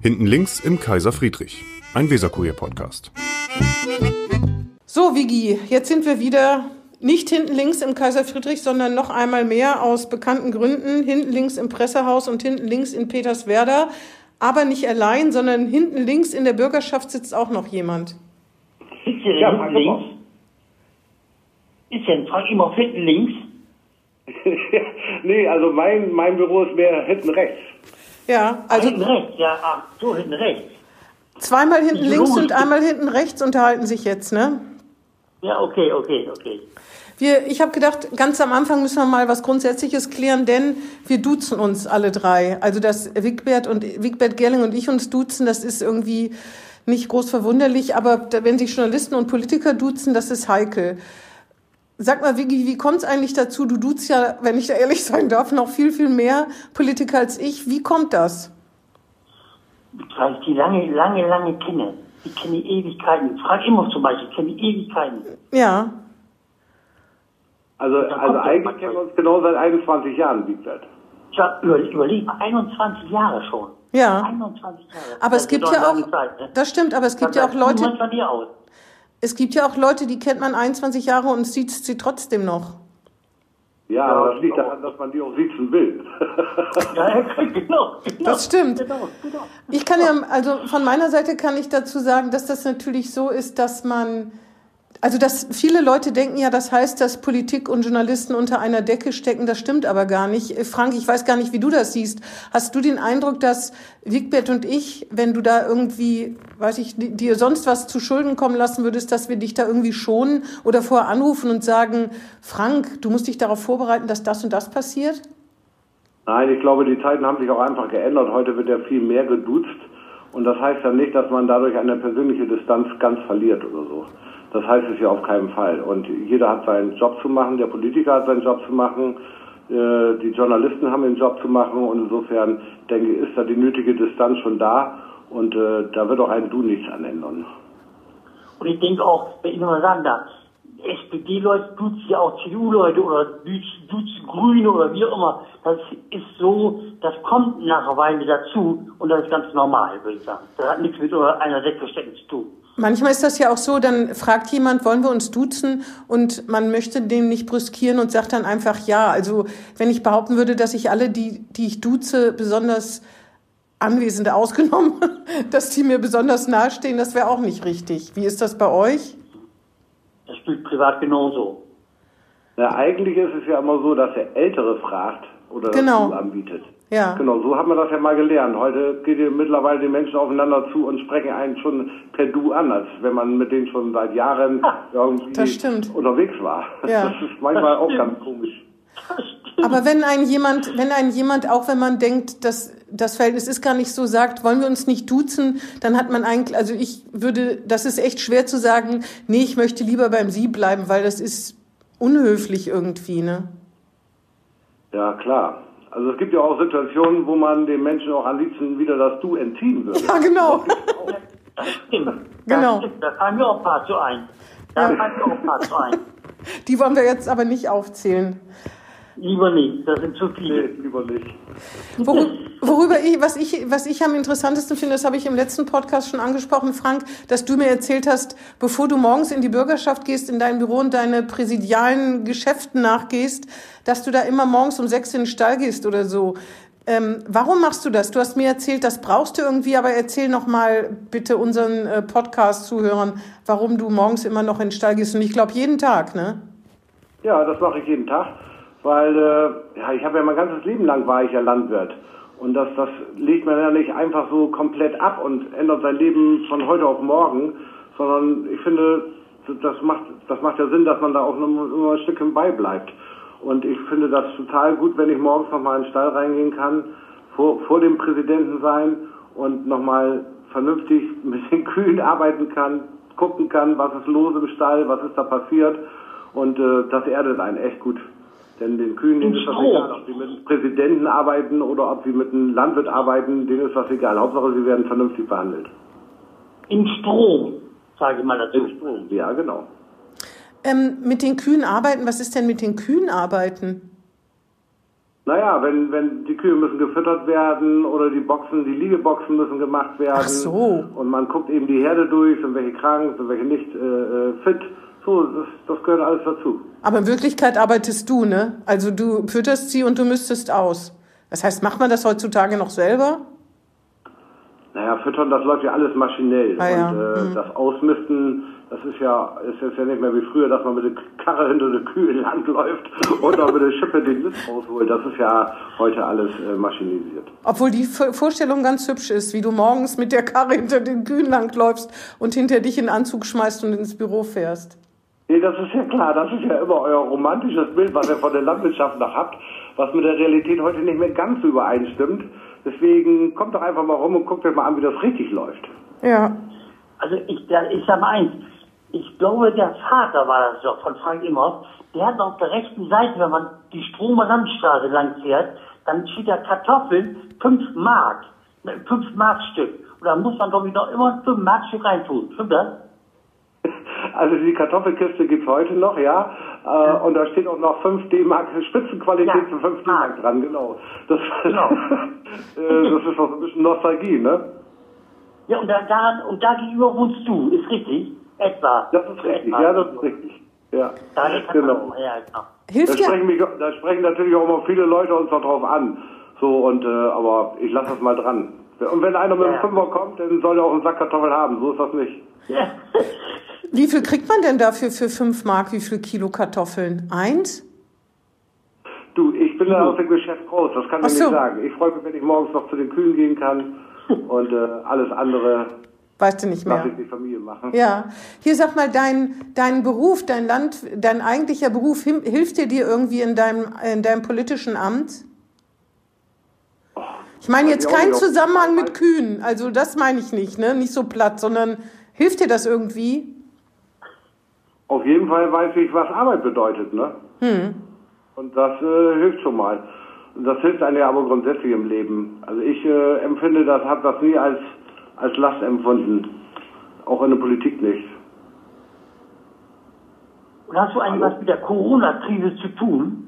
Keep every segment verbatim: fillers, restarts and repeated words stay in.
Hinten links im Kaiser Friedrich, ein Weserkurier-Podcast. So, Vigi, jetzt sind wir wieder nicht hinten links im Kaiser Friedrich, sondern noch einmal mehr aus bekannten Gründen. Hinten links im Pressehaus und hinten links in Peterswerda. Aber nicht allein, sondern hinten links in der Bürgerschaft sitzt auch noch jemand. Sitzt ihr denn hinten links? Ist denn Frank immer auf hinten links? Nee, also mein, mein Büro ist mehr hinten rechts. Ja, also hinten rechts, ja, ach, so hinten rechts. Zweimal hinten Ich links logisch. und einmal hinten rechts unterhalten sich jetzt, ne? Ja, okay, okay, okay. Wir, ich habe gedacht, ganz am Anfang müssen wir mal was Grundsätzliches klären, denn wir duzen uns alle drei. Also dass Wigbert und Wigbert Gerling und ich uns duzen, das ist irgendwie nicht groß verwunderlich, aber da, wenn sich Journalisten und Politiker duzen, das ist heikel. Sag mal, Vigi, wie kommt es eigentlich dazu? Du duzt ja, wenn ich da ehrlich sein darf, noch viel, viel mehr Politiker als ich. Wie kommt das? Weil ich die lange, lange, lange kenne. Ich kenne die Ewigkeiten. Frank Imhoff zum Beispiel, ich kenne die Ewigkeiten. Ja. Also, Da also kommt eigentlich doch kennen wir uns genau seit einundzwanzig Jahren, Wigbert. Ja, über, überleg mal, einundzwanzig Jahre schon. Ja. einundzwanzig Jahre. Aber Das es gibt ist ja doch auch, eine lange Zeit, ne? das stimmt, aber es gibt ja auch Das Leute, sieht man von dir aus. es gibt ja auch Leute, die kennt man einundzwanzig Jahre und sieht sie trotzdem noch. Ja, aber das liegt daran, dass man die auch sitzen will. Ja, genau, genau. Das stimmt. Genau, genau. Ich kann ja, also von meiner Seite kann ich dazu sagen, dass das natürlich so ist, dass man, also dass viele Leute denken ja, das heißt, dass Politik und Journalisten unter einer Decke stecken, das stimmt aber gar nicht. Frank, ich weiß gar nicht, wie du das siehst. Hast du den Eindruck, dass Wigbert und ich, wenn du da irgendwie, weiß ich, dir sonst was zu Schulden kommen lassen würdest, dass wir dich da irgendwie schonen oder vorher anrufen und sagen, Frank, du musst dich darauf vorbereiten, dass das und das passiert? Nein, ich glaube, die Zeiten haben sich auch einfach geändert. Heute wird ja viel mehr geduzt. Und das heißt ja nicht, dass man dadurch eine persönliche Distanz ganz verliert oder so. Das heißt es ja auf keinen Fall. Und jeder hat seinen Job zu machen, der Politiker hat seinen Job zu machen, äh, die Journalisten haben den Job zu machen. Und insofern, denke ich, ist da die nötige Distanz schon da. Und äh, da wird auch ein Du nichts an ändern. Und ich denke auch, wenn ich nochmal sagen darf, S P D-Leute duzen ja auch C D U-Leute oder duzen Grüne oder wie auch immer. Das ist so, das kommt nach einer Weile dazu und das ist ganz normal, würde ich sagen. Das hat nichts mit einer Selbstverständnis zu tun. Manchmal ist das ja auch so, dann fragt jemand, wollen wir uns duzen? Und man möchte den nicht brüskieren und sagt dann einfach ja. Also wenn ich behaupten würde, dass ich alle, die, die ich duze, besonders Anwesende ausgenommen, dass die mir besonders nahestehen, das wäre auch nicht richtig. Wie ist das bei euch? Das spielt privat genauso. Na, eigentlich ist es ja immer so, dass der Ältere fragt oder Genau. das Du anbietet. Ja. Genau, so haben wir das ja mal gelernt. Heute geht ihr mittlerweile die Menschen aufeinander zu und sprechen einen schon per Du an, als wenn man mit denen schon seit Jahren irgendwie Das stimmt. unterwegs war. Ja. Das ist manchmal auch ganz komisch. Aber wenn ein jemand, wenn ein jemand, auch wenn man denkt, dass das Verhältnis ist gar nicht so, sagt, wollen wir uns nicht duzen, dann hat man eigentlich, also ich würde, das ist echt schwer zu sagen, nee, ich möchte lieber beim Sie bleiben, weil das ist unhöflich irgendwie, ne? Ja, klar. Also es gibt ja auch Situationen, wo man den Menschen auch am liebsten wieder das Du entziehen würde. Ja, genau. Das stimmt. Genau. Das stimmt. Da fallen mir auch ein paar zu ein. Da Ja. fallen mir auch ein paar zu ein. Die wollen wir jetzt aber nicht aufzählen. Lieber nicht, das sind zu Nee, viele. lieber nicht. Worüber, worüber ich, was ich, was ich am interessantesten finde, das habe ich im letzten Podcast schon angesprochen, Frank, dass du mir erzählt hast, bevor du morgens in die Bürgerschaft gehst, in dein Büro und deine präsidialen Geschäften nachgehst, dass du da immer morgens um sechs in den Stall gehst oder so. Ähm, warum machst du das? Du hast mir erzählt, das brauchst du irgendwie, aber erzähl noch mal bitte unseren äh, Podcast-Zuhörern, warum du morgens immer noch in den Stall gehst. Und ich glaube, jeden Tag, ne? Ja, das mache ich jeden Tag, weil äh, ja, ich habe ja mein ganzes Leben lang war ich ja Landwirt. Und das, das legt man ja nicht einfach so komplett ab und ändert sein Leben von heute auf morgen, sondern ich finde, das macht, das macht ja Sinn, dass man da auch noch immer ein Stückchen beibleibt. Und ich finde das total gut, wenn ich morgens nochmal in den Stall reingehen kann, vor, vor dem Präsidenten sein und nochmal vernünftig mit den Kühen arbeiten kann, gucken kann, was ist los im Stall, was ist da passiert. Und äh, das erdet einen echt gut. Denn den Kühen denen ist das egal, ob sie mit einem Präsidenten arbeiten oder ob sie mit einem Landwirt arbeiten, denen ist das egal. Hauptsache, sie werden vernünftig behandelt. Im Strom, sage ich mal dazu. Im Strom, ja, genau. Ähm, mit den Kühen arbeiten, was ist denn mit den Kühen arbeiten? Naja, wenn, wenn die Kühe müssen gefüttert werden oder die Boxen, die Liegeboxen müssen gemacht werden. Ach so. Und man guckt eben die Herde durch, sind welche krank, sind welche nicht äh, fit. So, das, das gehört alles dazu. Aber in Wirklichkeit arbeitest du, ne? Also du fütterst sie und du müsstest aus. Das heißt, macht man das heutzutage noch selber? Naja, füttern, das läuft ja alles maschinell. Ah, ja. Und äh, mhm. das Ausmisten, das ist ja ist jetzt ja nicht mehr wie früher, dass man mit der Karre hinter der Kühe in Land läuft und auch mit der Schippe den Mist rausholt. Das ist ja heute alles äh, maschinisiert. Obwohl die Vorstellung ganz hübsch ist, wie du morgens mit der Karre hinter den Kühen langläufst und hinter dich in den Anzug schmeißt und ins Büro fährst. Nee, das ist ja klar. Das ist ja immer euer romantisches Bild, was ihr von der Landwirtschaft noch habt, was mit der Realität heute nicht mehr ganz so übereinstimmt. Deswegen kommt doch einfach mal rum und guckt euch mal an, wie das richtig läuft. Ja. Also ich, ich sag mal eins, ich glaube, der Vater war das doch von Frank Imhoff, der hat auf der rechten Seite, wenn man die Stromer Landstraße lang fährt, dann steht da Kartoffeln fünf Mark, fünf Mark Stück. Und da muss man doch wieder immer fünf Mark Stück reintun. Stimmt das? Also die Kartoffelkiste gibt's heute noch, ja. Äh, ja. Und da steht auch noch fünf D-Mark, Spitzenqualität ja. für fünf D-Mark dran, genau. Das, genau. äh, das ist doch ein bisschen Nostalgie, ne? Ja, und da, da, und da gegenüber wohnst du, ist richtig? Etwa. Das ist richtig, etwa. Ja, das ist richtig. Ja, da genau. Man, ja, genau. Hilft da, sprechen mich, da sprechen natürlich auch immer viele Leute uns noch drauf an. So, und, äh, aber ich lasse das mal dran. Und wenn einer mit ja. einem Fünfer kommt, dann soll er auch einen Sack Kartoffeln haben. So ist das nicht. Ja. Wie viel kriegt man denn dafür für fünf Mark? Wie viel Kilo Kartoffeln? Eins? Du, ich bin da aus dem Geschäft raus, das kann ich so. nicht sagen. Ich freue mich, wenn ich morgens noch zu den Kühen gehen kann und äh, alles andere weißt du nicht mehr. lasse ich die Familie machen. Ja. Hier sag mal, dein, dein Beruf, dein Land, dein eigentlicher Beruf, hilft dir dir irgendwie in deinem, in deinem politischen Amt? Ich meine jetzt keinen Zusammenhang mit Kühen, also das meine ich nicht, ne? Nicht so platt, sondern hilft dir das irgendwie? Auf jeden Fall weiß ich, was Arbeit bedeutet, ne? Hm. Und das äh, hilft schon mal. Und das hilft einem ja aber grundsätzlich im Leben. Also ich äh, empfinde das, habe das nie als, als Last empfunden. Auch in der Politik nicht. Und hast du eigentlich Hallo? was mit der Corona-Krise zu tun?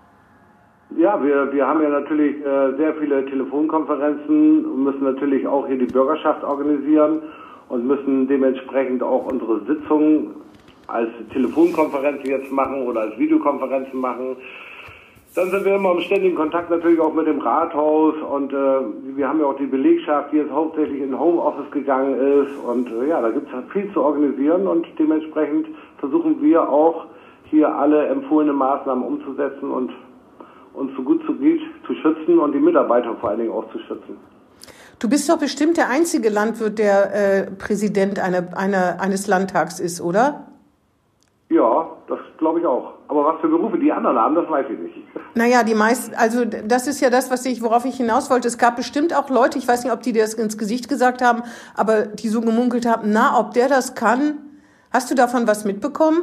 Ja, wir, wir haben ja natürlich äh, sehr viele Telefonkonferenzen und müssen natürlich auch hier die Bürgerschaft organisieren und müssen dementsprechend auch unsere Sitzungen als Telefonkonferenzen jetzt machen oder als Videokonferenzen machen. Dann sind wir immer im ständigen Kontakt natürlich auch mit dem Rathaus und äh, wir haben ja auch die Belegschaft, die jetzt hauptsächlich in Homeoffice gegangen ist und äh, ja, da gibt es viel zu organisieren und dementsprechend versuchen wir auch hier alle empfohlene Maßnahmen umzusetzen und uns so gut es geht zu schützen und die Mitarbeiter vor allen Dingen auch zu schützen. Du bist doch bestimmt der einzige Landwirt, der äh, Präsident einer, einer, eines Landtags ist, oder? Ja, das glaube ich auch. Aber was für Berufe die anderen haben, das weiß ich nicht. Naja, die meisten, also das ist ja das, was ich, worauf ich hinaus wollte. Es gab bestimmt auch Leute, ich weiß nicht, ob die dir das ins Gesicht gesagt haben, aber die so gemunkelt haben, na, ob der das kann. Hast du davon was mitbekommen?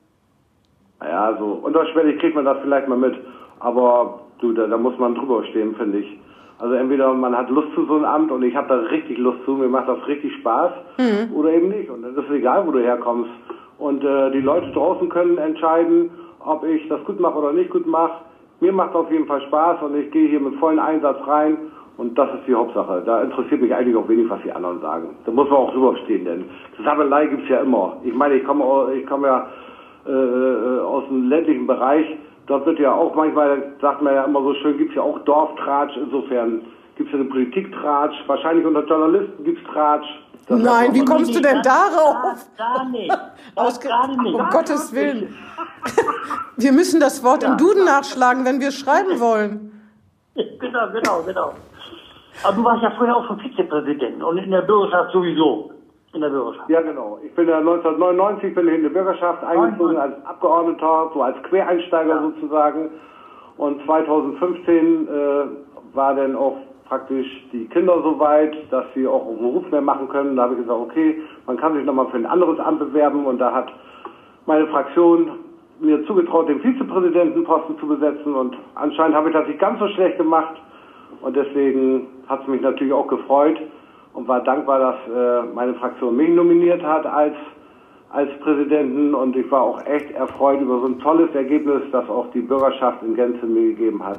Naja, so unterschwellig kriegt man das vielleicht mal mit. Aber du, da, da muss man drüber stehen, finde ich. Also entweder man hat Lust zu so einem Amt und ich habe da richtig Lust zu, mir macht das richtig Spaß, mhm. oder eben nicht. Und dann ist es egal, wo du herkommst. Und äh, die Leute draußen können entscheiden, ob ich das gut mache oder nicht gut mache. Mir macht auf jeden Fall Spaß und ich gehe hier mit vollen Einsatz rein und das ist die Hauptsache. Da interessiert mich eigentlich auch wenig, was die anderen sagen. Da muss man auch drüber stehen, denn Sabbelei gibt's ja immer. Ich meine, ich komme ich komme ja äh, aus dem ländlichen Bereich. Dort wird ja auch manchmal, sagt man ja immer so schön, gibt's ja auch Dorftratsch. Insofern gibt's ja eine Politiktratsch. Wahrscheinlich unter Journalisten gibt's Tratsch. Das Nein, wie kommst du denn darauf? Gar nicht. Das gerade nicht. Um Gottes Willen. Wir müssen das Wort ja. im Duden nachschlagen, wenn wir schreiben wollen. Genau, genau, genau. Aber du warst ja vorher auch schon Vizepräsident und in der Bürgerschaft sowieso. In der Bürgerschaft. Ja, genau. Ich bin ja neunzehnhundertneunundneunzig bin in der Bürgerschaft eingezogen als Abgeordneter, so als Quereinsteiger ja. sozusagen. Und zweitausendfünfzehn äh, war dann auch praktisch die Kinder so weit, dass sie auch einen Beruf mehr machen können. Da habe ich gesagt, okay, man kann sich nochmal für ein anderes Amt bewerben. Und da hat meine Fraktion mir zugetraut, den Vizepräsidentenposten zu besetzen. Und anscheinend habe ich das nicht ganz so schlecht gemacht. Und deswegen hat es mich natürlich auch gefreut und war dankbar, dass äh, meine Fraktion mich nominiert hat als als Präsidenten. Und ich war auch echt erfreut über so ein tolles Ergebnis, das auch die Bürgerschaft in Gänze mir gegeben hat.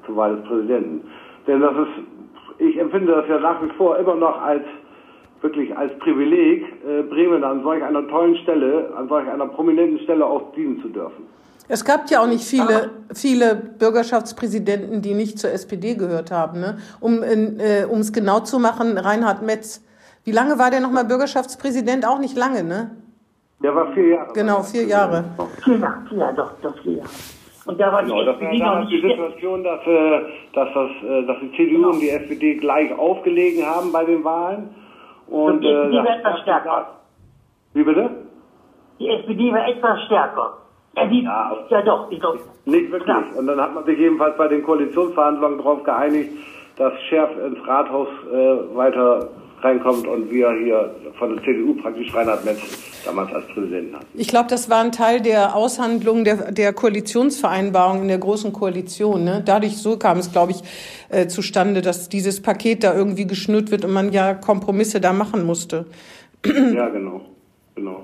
zur Wahl des Präsidenten. Denn das ist, ich empfinde das ja nach wie vor immer noch als wirklich als Privileg, äh, Bremen an solch einer tollen Stelle, an solch einer prominenten Stelle auch dienen zu dürfen. Es gab ja auch nicht viele, viele Bürgerschaftspräsidenten, die nicht zur S P D gehört haben. Ne? Um äh, um es genau zu machen, Reinhard Metz. Wie lange war der nochmal Bürgerschaftspräsident? Auch nicht lange, ne? Der war vier Jahre. Genau, vier Jahre. Vier Jahre, ja, doch, doch, vier Jahre. Und da war die genau, das S P D war noch die nicht Situation, dass, äh, dass, das, äh, dass die C D U genau. und die S P D gleich aufgelegen haben bei den Wahlen. Und, und die S P D äh, war etwas stärker. Wie bitte? Die S P D war etwas stärker. Ja, die, ja, ja doch, ich glaube. Nicht wirklich. Klar. Und dann hat man sich jedenfalls bei den Koalitionsverhandlungen darauf geeinigt, dass Scherf ins Rathaus äh, weiter reinkommt und wir hier von der C D U praktisch Reinhard Metz damals als Präsidenten hatten. Ich glaube, das war ein Teil der Aushandlung der, der Koalitionsvereinbarung in der Großen Koalition. Ne? Dadurch so kam es, glaube ich, äh, zustande, dass dieses Paket da irgendwie geschnürt wird und man ja Kompromisse da machen musste. Ja, genau. genau.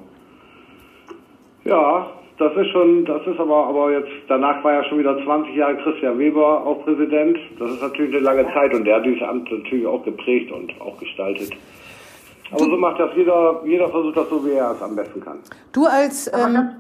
Ja, das ist schon, das ist aber, aber jetzt, danach war ja schon wieder zwanzig Jahre Christian Weber auch Präsident. Das ist natürlich eine lange Zeit und der hat dieses Amt natürlich auch geprägt und auch gestaltet. Aber so macht das jeder, jeder versucht das so, wie er es am besten kann. Du als, ähm,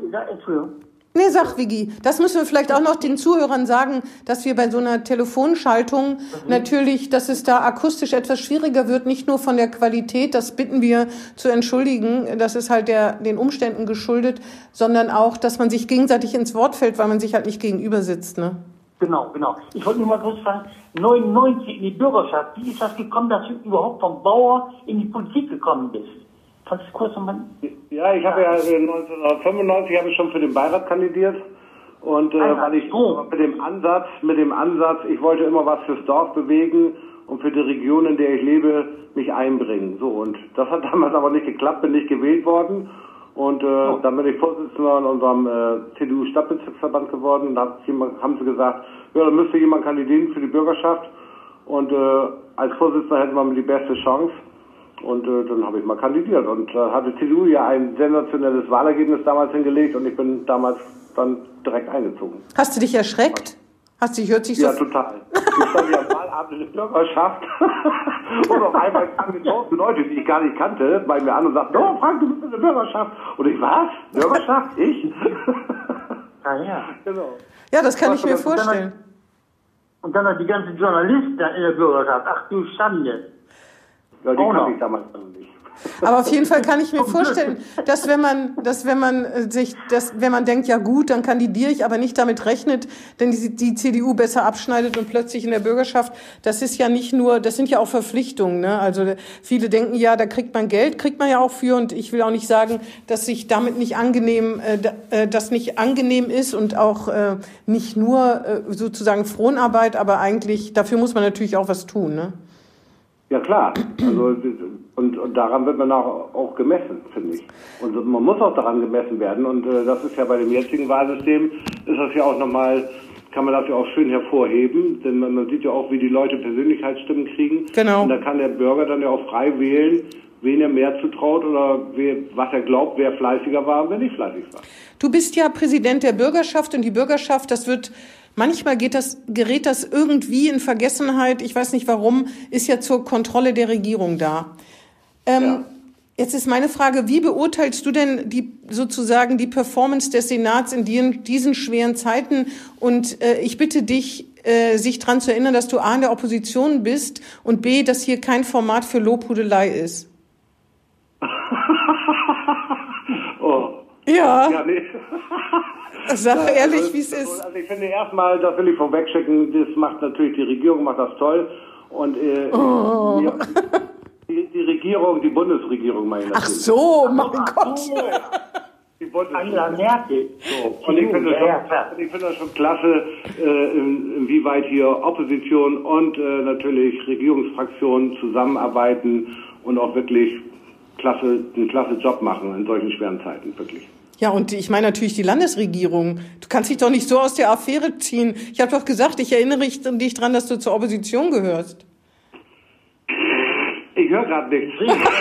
nee, sag, Vigi, das müssen wir vielleicht auch noch den Zuhörern sagen, dass wir bei so einer Telefonschaltung mhm. natürlich, dass es da akustisch etwas schwieriger wird, nicht nur von der Qualität, das bitten wir zu entschuldigen, das ist halt der, den Umständen geschuldet, sondern auch, dass man sich gegenseitig ins Wort fällt, weil man sich halt nicht gegenüber sitzt, ne? Genau, genau. Ich wollte nur mal kurz fragen, neunundneunzig in die Bürgerschaft, wie ist das gekommen, dass du überhaupt vom Bauer in die Politik gekommen bist? Kannst du kurz nochmal... Ja, ich habe ja neunzehnhundertfünfundneunzig habe ich schon für den Beirat kandidiert und äh, weil ich oh. mit dem Ansatz, mit dem Ansatz, ich wollte immer was fürs Dorf bewegen und für die Region, in der ich lebe, mich einbringen. So, und das hat damals aber nicht geklappt, bin nicht gewählt worden. Und äh, oh. dann bin ich Vorsitzender in unserem äh, C D U-Stadtbezirksverband geworden. Und da hat jemand, haben sie gesagt, ja, da müsste jemand kandidieren für die Bürgerschaft. Und äh, als Vorsitzender hätten wir die beste Chance. Und äh, dann habe ich mal kandidiert. Und äh, hatte C D U ja ein sensationelles Wahlergebnis damals hingelegt. Und ich bin damals dann direkt eingezogen. Hast du dich erschreckt? Hast du, hört sich so... Ja, total. Ich stand ja am Wahlabend in der Bürgerschaft. Und auf einmal kamen tausend Leute, die ich gar nicht kannte, bei mir an und sagten, oh Frank, du bist in der Bürgerschaft. Und ich, was? Bürgerschaft? Ich? Ah ja. Genau. Ja, das kann ich mir vorstellen. Und dann hat die ganzen Journalisten in der Bürgerschaft. Ach du Schande. Ja, die kannte ich damals noch nicht. Aber auf jeden Fall kann ich mir vorstellen, dass wenn man, dass wenn man sich, dass wenn man denkt, ja gut, dann kandidiere ich, aber nicht damit rechnet, denn die, die C D U besser abschneidet und plötzlich in der Bürgerschaft, das ist ja nicht nur, das sind ja auch Verpflichtungen, ne? Also viele denken, ja, da kriegt man Geld, kriegt man ja auch für, und ich will auch nicht sagen, dass sich damit nicht angenehm, äh, das nicht angenehm ist und auch äh, nicht nur äh, sozusagen Fronarbeit, aber eigentlich dafür muss man natürlich auch was tun, ne? Ja klar, also und, und daran wird man auch, auch gemessen, finde ich. Und man muss auch daran gemessen werden. Und äh, das ist ja bei dem jetzigen Wahlsystem, ist das ja auch nochmal, kann man das ja auch schön hervorheben, denn man, man sieht ja auch, wie die Leute Persönlichkeitsstimmen kriegen. Genau. Und da kann der Bürger dann ja auch frei wählen, wen er mehr zutraut oder wer, was er glaubt, wer fleißiger war und wer nicht fleißig war. Du bist ja Präsident der Bürgerschaft, und die Bürgerschaft, das wird... Manchmal geht das, gerät das irgendwie in Vergessenheit, ich weiß nicht warum, ist ja zur Kontrolle der Regierung da. Ähm, ja. Jetzt ist meine Frage, wie beurteilst du denn die, sozusagen die Performance des Senats in diesen, diesen schweren Zeiten? Und äh, ich bitte dich, äh, sich daran zu erinnern, dass du A, in der Opposition bist und B, dass hier kein Format für Lobhudelei ist. Oh. Ja. Ja, nee. Sag ja, ehrlich, also, wie es ist. Also ich finde erstmal, das will ich vorwegschicken, das macht natürlich die Regierung, macht das toll. Und äh, oh. ja, die, die Regierung, die Bundesregierung meine ich natürlich. Ach so, mein Ach, Gott. So. Die Bundesregierung. Angela Merkel. So. Und ich finde das, ja, ich finde das schon klasse, äh, in, inwieweit hier Opposition und äh, natürlich Regierungsfraktionen zusammenarbeiten und auch wirklich klasse, einen klasse Job machen in solchen schweren Zeiten, wirklich. Ja, und ich meine natürlich die Landesregierung. Du kannst dich doch nicht so aus der Affäre ziehen. Ich habe doch gesagt, ich erinnere dich dran, dass du zur Opposition gehörst. Ich höre gerade nichts.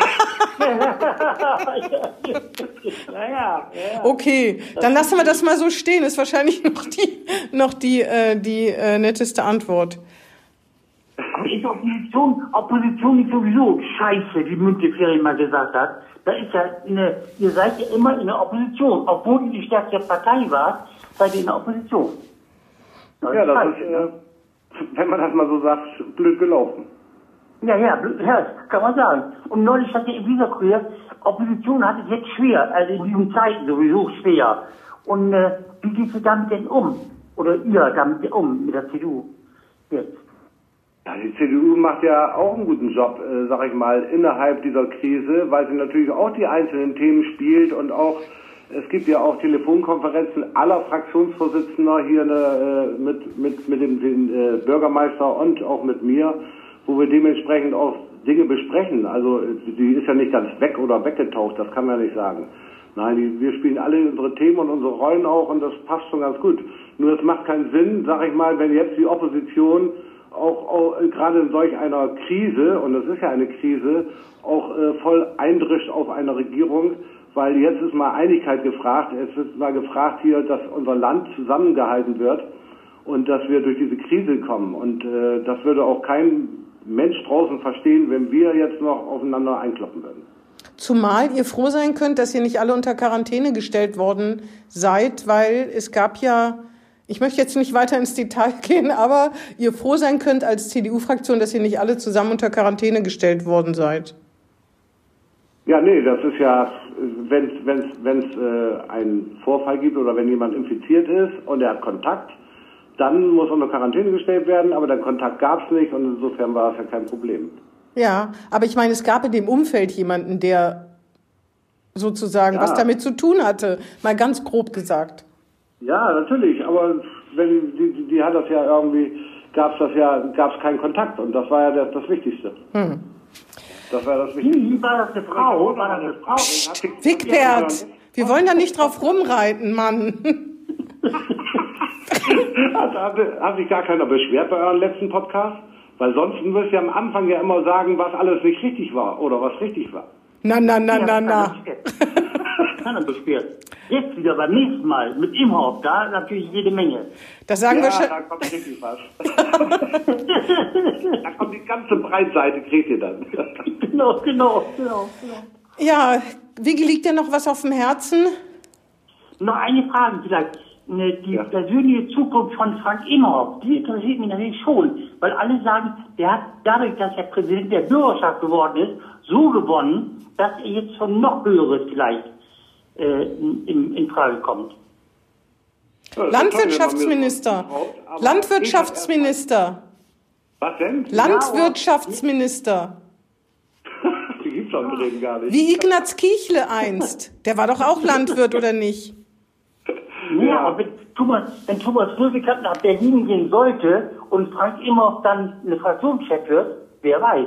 ja, ja, ja. Okay, dann lassen wir das mal so stehen. Ist wahrscheinlich noch die, noch die, äh, die äh, netteste Antwort. Aber ist Opposition, Opposition ist sowieso scheiße, wie Müntefering mal gesagt hat. Da ist ja eine, ihr seid ja immer in der Opposition. Obwohl ihr die stärkste Partei wart, seid ihr in der Opposition. Das Ja, ist das scheiße, ist, ne? äh, wenn man das mal so sagt, blöd gelaufen. Ja, ja, blöd, ja, kann man sagen. Und neulich hat der Elisa Kurier, Opposition hat es jetzt schwer, also in diesen Zeiten sowieso schwer. Und äh, wie geht ihr damit denn um? Oder ihr damit um, mit der C D U jetzt? Ja, die C D U macht ja auch einen guten Job, äh, sag ich mal, innerhalb dieser Krise, weil sie natürlich auch die einzelnen Themen spielt und auch, es gibt ja auch Telefonkonferenzen aller Fraktionsvorsitzender hier äh, mit, mit, mit dem, dem äh, Bürgermeister und auch mit mir, wo wir dementsprechend auch Dinge besprechen. Also die ist ja nicht ganz weg oder weggetaucht, das kann man ja nicht sagen. Nein, die, wir spielen alle unsere Themen und unsere Rollen auch und das passt schon ganz gut. Nur es macht keinen Sinn, sag ich mal, wenn jetzt die Opposition auch, auch äh, gerade in solch einer Krise, und es ist ja eine Krise, auch äh, voll eindrischt auf eine Regierung, weil jetzt ist mal Einigkeit gefragt, es ist mal gefragt hier, dass unser Land zusammengehalten wird und dass wir durch diese Krise kommen. Und äh, das würde auch kein Mensch draußen verstehen, wenn wir jetzt noch aufeinander einkloppen würden. Zumal ihr froh sein könnt, dass ihr nicht alle unter Quarantäne gestellt worden seid, weil es gab ja, ich möchte jetzt nicht weiter ins Detail gehen, aber ihr froh sein könnt als C D U-Fraktion, dass ihr nicht alle zusammen unter Quarantäne gestellt worden seid. Ja, nee, das ist ja, wenn es wenn's, wenn's, äh, einen Vorfall gibt oder wenn jemand infiziert ist und er hat Kontakt, dann muss unter Quarantäne gestellt werden, aber den Kontakt gab es nicht und insofern war es ja kein Problem. Ja, aber ich meine, es gab in dem Umfeld jemanden, der sozusagen ja. was damit zu tun hatte, mal ganz grob gesagt. Ja, natürlich, aber wenn die, die, die hat das ja irgendwie, gab es das ja, gab es keinen Kontakt und das war ja das, das Wichtigste. Hm. Das war das Wichtigste. Wie war das eine Frau? War das eine Frau? Psst, Wigbert, wir wollen da nicht drauf rumreiten, Mann. Also, hat, hat sich gar keiner beschwert bei eurem letzten Podcast? Weil sonst müsst ihr am Anfang ja immer sagen, was alles nicht richtig war oder was richtig war. Na, na, na, Ja, na, na. Keiner beschwert. Jetzt wieder beim nächsten Mal mit Imhoff, da natürlich jede Menge. Das sagen Ja, wir schon. da kommt richtig was. Da kommt die ganze Breitseite, kriegt ihr dann. Genau, genau, genau, genau. Ja, Wiggi, liegt dir noch was auf dem Herzen? Noch eine Frage vielleicht. Ne, Die Ja. persönliche Zukunft von Frank Imhoff, die interessiert mich natürlich schon. Weil alle sagen, der hat dadurch, dass er Präsident der Bürgerschaft geworden ist, so gewonnen, dass er jetzt schon noch höheres vielleicht äh, in, in Frage kommt. Ja, das Landwirtschaftsminister. ist toll, wenn man mir so traut, aber Landwirtschaftsminister. Was denn? Landwirtschaftsminister. Die gibt's doch drin gar nicht. Wie Ignaz Kiechle einst. Der war doch auch Landwirt, oder nicht? Ja, Ja. aber wenn Thomas, wenn Thomas Röwekamp nach Berlin gehen sollte und Frank Imhoff dann eine Fraktionschef wird, wer weiß.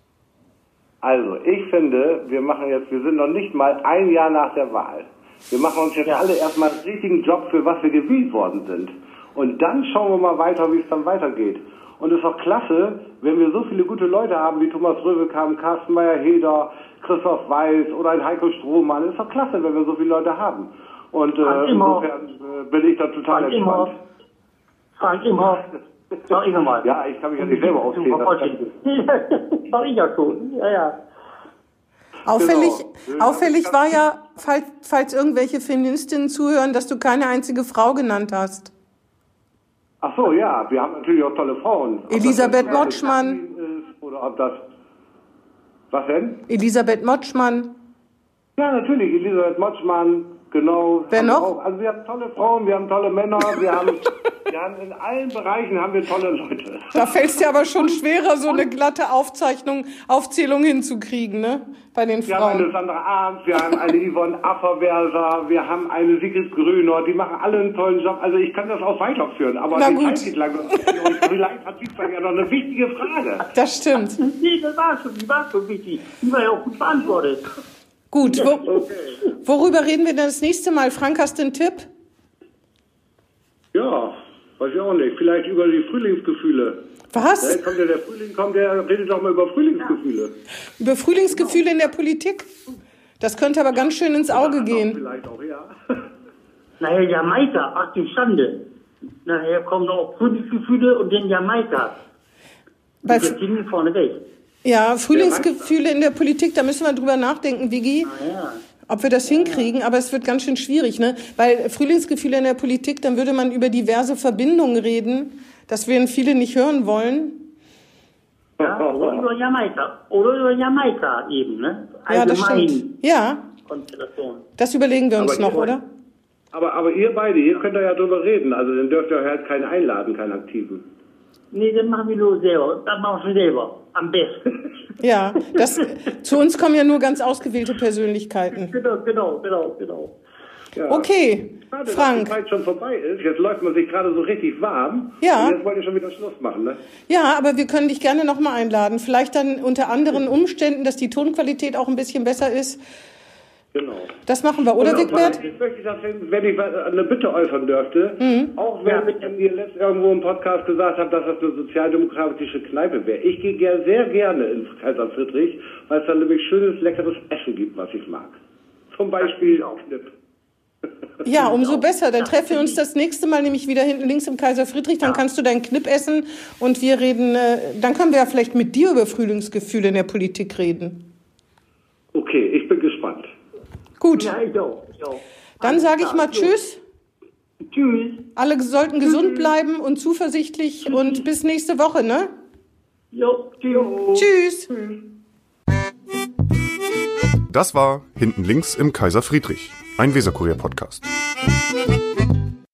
Also, ich finde, wir machen jetzt, wir sind noch nicht mal ein Jahr nach der Wahl. Wir machen uns jetzt Ja. alle erstmal einen richtigen Job, für was wir gewählt worden sind. Und dann schauen wir mal weiter, wie es dann weitergeht. Und es ist auch klasse, wenn wir so viele gute Leute haben, wie Thomas Röwekamp, Carsten Meyer-Heder, Christoph Weiß oder ein Heiko Strohmann. Es ist doch klasse, wenn wir so viele Leute haben. Und äh, Frank Imhoff. insofern äh, bin ich da total Frank Imhoff. entspannt. Frank Imhoff. Sag ich nochmal. Ja, ich kann mich ja nicht selber aufzählen. das- Sag ich ja schon. Ja, ja. Auffällig, Genau. auffällig war ja, falls, falls irgendwelche Feministinnen zuhören, dass du keine einzige Frau genannt hast. Ach so, ja, wir haben natürlich auch tolle Frauen. Ob das Elisabeth jetzt Motschmann. ist Oder ob das... Was denn? Elisabeth Motschmann. Ja, natürlich, Elisabeth Motschmann, genau. Wer Haben wir noch? Auch. Also wir haben tolle Frauen, wir haben tolle Männer, wir haben, wir haben in allen Bereichen haben wir tolle Leute. Da fällt es dir aber schon schwerer, so eine glatte Aufzeichnung, Aufzählung hinzukriegen, ne? Bei den Wir haben eine Frauen. Sandra Arndt, wir haben eine Yvonne Afferwerser, wir haben eine Sigrid Grüner, die machen alle einen tollen Job. Also ich kann das auch weiterführen, aber Na die gut. Zeit geht lang. Und vielleicht hat Wiesbaden ja noch eine wichtige Frage. Das stimmt. Nee, das war schon, die war schon wichtig. Die war ja auch gut beantwortet. Gut, wo, worüber reden wir denn das nächste Mal? Frank, hast du einen Tipp? Ja, Weiß ich auch nicht. Vielleicht über die Frühlingsgefühle. Was? Ja, kommt ja der Frühling, kommt der, redet doch mal über Frühlingsgefühle. Über Frühlingsgefühle in der Politik? Das könnte aber ganz schön ins Auge gehen. Vielleicht auch, ja. Nachher Jamaika, ach die Schande. Nachher kommen auch Frühlingsgefühle und dann Jamaika. Bei Und jetzt sind vorne weg. Ja, Frühlingsgefühle in der Politik, da müssen wir drüber nachdenken, Vigi, Ah, ja. ob wir das hinkriegen. Aber es wird ganz schön schwierig, ne? Weil Frühlingsgefühle in der Politik, dann würde man über diverse Verbindungen reden. Das werden viele nicht hören wollen. Ja, oder über Jamaika. Oder über Jamaika eben, ne? Ja, das Allgemein stimmt. Ja, Konstellation. das überlegen wir uns Aber noch, ihr- oder? Aber, aber ihr beide, ihr könnt da ja drüber reden. Also dann dürft ihr halt keinen einladen, keinen Aktiven. Nee, das machen wir nur selber. Das machen wir selber. Am besten. Ja, das, zu uns kommen ja nur ganz ausgewählte Persönlichkeiten. Genau, genau, genau, genau. Ja. Okay, Schade, dass Frank. die Zeit schon vorbei ist. Jetzt läuft man sich gerade so richtig warm. Ja. Und jetzt wollt ihr schon wieder Schluss machen, ne? Ja, aber wir können dich gerne nochmal einladen. Vielleicht dann unter anderen Umständen, dass die Tonqualität auch ein bisschen besser ist. Genau. Das machen wir, oder, Und Wigbert? Jetzt möchte ich, dass, wenn ich eine Bitte äußern dürfte, auch wenn, wenn ihr letzt irgendwo im Podcast gesagt habt, dass das eine sozialdemokratische Kneipe wäre. Ich gehe ger sehr gerne ins Kaiser Friedrich, weil es da nämlich schönes, leckeres Essen gibt, was ich mag. Zum Beispiel Knipp. Ja, umso besser. Dann treffen wir uns das nächste Mal nämlich wieder hinten links im Kaiser Friedrich. Dann kannst du deinen Knipp essen und wir reden, äh, dann können wir ja vielleicht mit dir über Frühlingsgefühle in der Politik reden. Okay, ich bin gespannt. Gut, Ja, ich auch. Ich auch. dann sage ich mal Tschüss. Tschüss. Alle sollten gesund bleiben und zuversichtlich und bis nächste Woche, ne? Jo, tschüss. Tschüss. Das war Hinten links im Kaiser Friedrich, ein Weserkurier-Podcast.